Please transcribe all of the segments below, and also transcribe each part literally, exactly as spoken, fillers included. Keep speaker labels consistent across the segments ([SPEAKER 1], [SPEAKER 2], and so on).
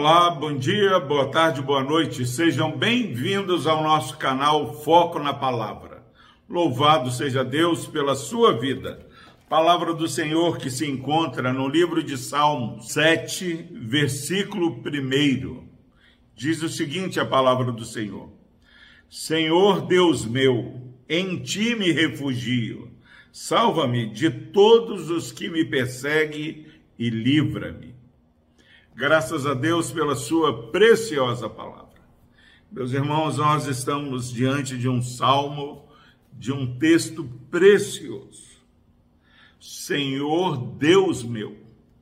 [SPEAKER 1] Olá, bom dia, boa tarde, boa noite. Sejam bem-vindos ao nosso canal Foco na Palavra. Louvado seja Deus pela sua vida. Palavra do Senhor que se encontra no livro de Salmo sete, versículo primeiro. Diz o seguinte a palavra do Senhor: Senhor Deus meu, em ti me refugio. Salva-me de todos os que me perseguem e livra-me. Graças a Deus pela sua preciosa palavra. Meus irmãos, nós estamos diante de um salmo, de um texto precioso. Senhor Deus meu.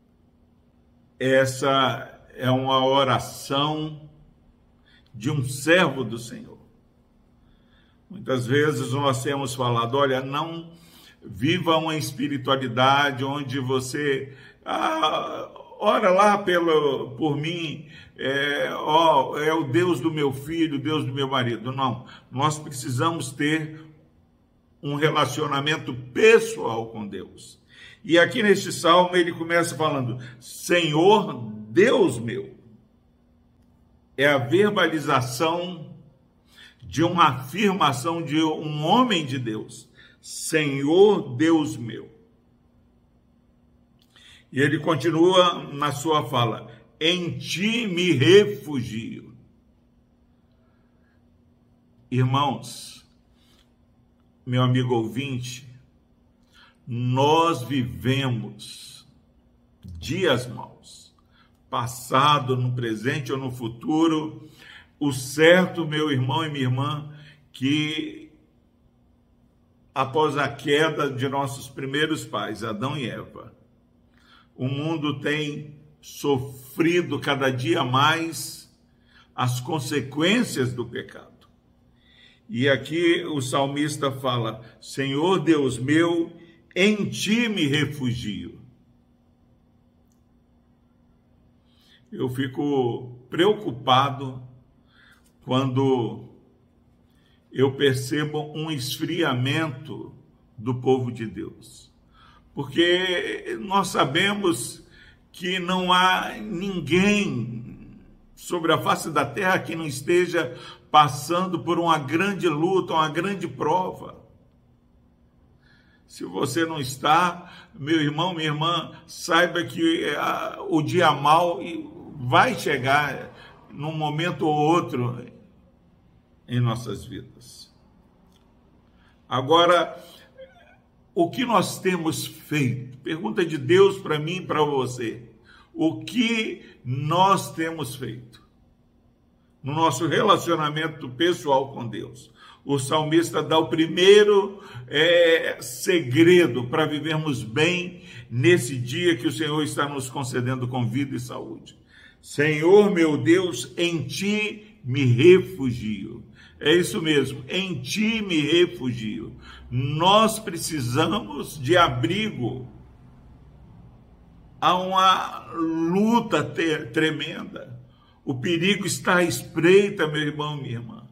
[SPEAKER 1] Essa é uma oração de um servo do Senhor. Muitas vezes nós temos falado, olha, não viva uma espiritualidade onde você... Ah, ora lá pelo, por mim, é, ó, é o Deus do meu filho, o Deus do meu marido. Não, nós precisamos ter um relacionamento pessoal com Deus. E aqui neste salmo ele começa falando, Senhor Deus meu. É a verbalização de uma afirmação de um homem de Deus. Senhor Deus meu. E ele continua na sua fala, em ti me refugio. Irmãos, meu amigo ouvinte, nós vivemos dias maus, passado, no presente ou no futuro. O certo, meu irmão e minha irmã, que após a queda de nossos primeiros pais, Adão e Eva, o mundo tem sofrido cada dia mais as consequências do pecado. E aqui o salmista fala, Senhor Deus meu, em ti me refugio. Eu fico preocupado quando eu percebo um esfriamento do povo de Deus. Porque nós sabemos que não há ninguém sobre a face da terra que não esteja passando por uma grande luta, uma grande prova. Se você não está, meu irmão, minha irmã, saiba que o dia mau vai chegar num momento ou outro em nossas vidas. Agora, o que nós temos feito? Pergunta de Deus para mim e para você. O que nós temos feito no nosso relacionamento pessoal com Deus? O salmista dá o primeiro é, segredo para vivermos bem nesse dia que o Senhor está nos concedendo com vida e saúde. Senhor meu Deus, em ti me refugio. É isso mesmo, em ti me refugio. Nós precisamos de abrigo. Há uma luta te- tremenda. O perigo está à espreita, meu irmão, minha irmã.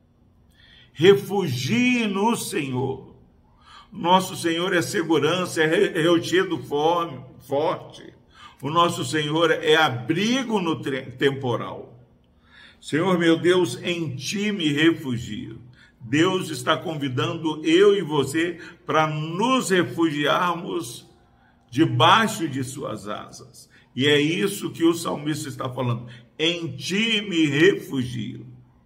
[SPEAKER 1] Refugie no Senhor. Nosso Senhor é segurança, é rochedo forte. O nosso Senhor é abrigo no temporal. Senhor meu Deus, em ti me refugio. Deus está convidando eu e você para nos refugiarmos debaixo de suas asas. E é isso que o salmista está falando. Em ti me refugio.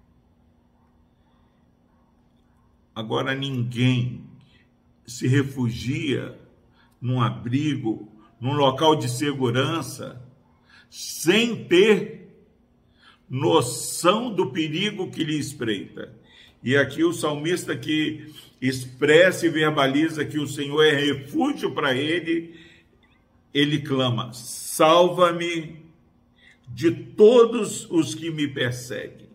[SPEAKER 1] Agora ninguém se refugia num abrigo, num local de segurança, sem ter noção do perigo que lhe espreita. E aqui o salmista que expressa e verbaliza que o Senhor é refúgio para ele, ele clama, salva-me de todos os que me perseguem.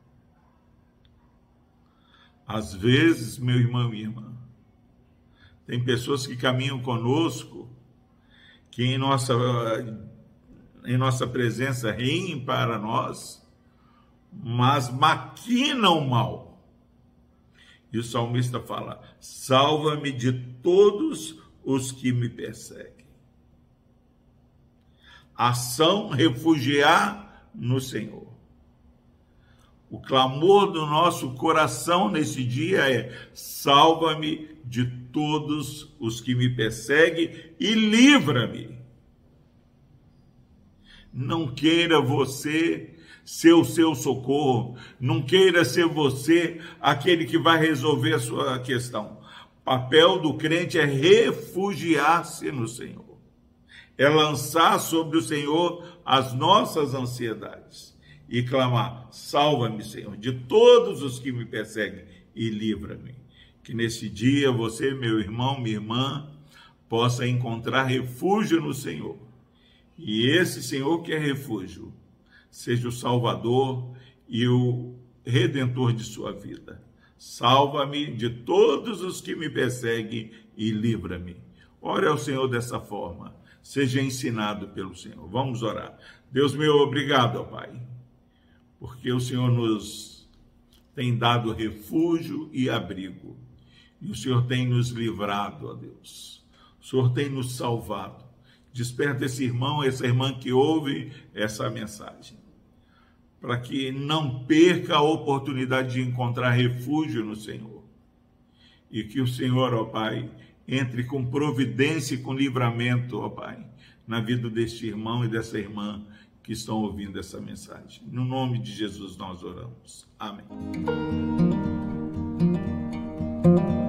[SPEAKER 1] Às vezes, meu irmão e minha irmã, tem pessoas que caminham conosco, que em nossa, em nossa presença riem para nós, mas maquinam mal. E o salmista fala, salva-me de todos os que me perseguem. Ação refugiar no Senhor. O clamor do nosso coração nesse dia é: salva-me de todos os que me perseguem e livra-me. Não queira você ser o seu socorro, não queira ser você aquele que vai resolver a sua questão. O papel do crente é refugiar-se no Senhor, é lançar sobre o Senhor as nossas ansiedades e clamar: salva-me, Senhor, de todos os que me perseguem e livra-me. Que nesse dia você, meu irmão, minha irmã, possa encontrar refúgio no Senhor. E esse Senhor que é refúgio seja o Salvador e o Redentor de sua vida. Salva-me de todos os que me perseguem e livra-me. Ore ao Senhor dessa forma. Seja ensinado pelo Senhor. Vamos orar. Deus meu, obrigado, ó Pai, porque o Senhor nos tem dado refúgio e abrigo. E o Senhor tem nos livrado, ó Deus. O Senhor tem nos salvado. Desperta esse irmão, essa irmã que ouve essa mensagem, para que não perca a oportunidade de encontrar refúgio no Senhor. E que o Senhor, ó Pai, entre com providência e com livramento, ó Pai, na vida deste irmão e dessa irmã que estão ouvindo essa mensagem. No nome de Jesus nós oramos. Amém.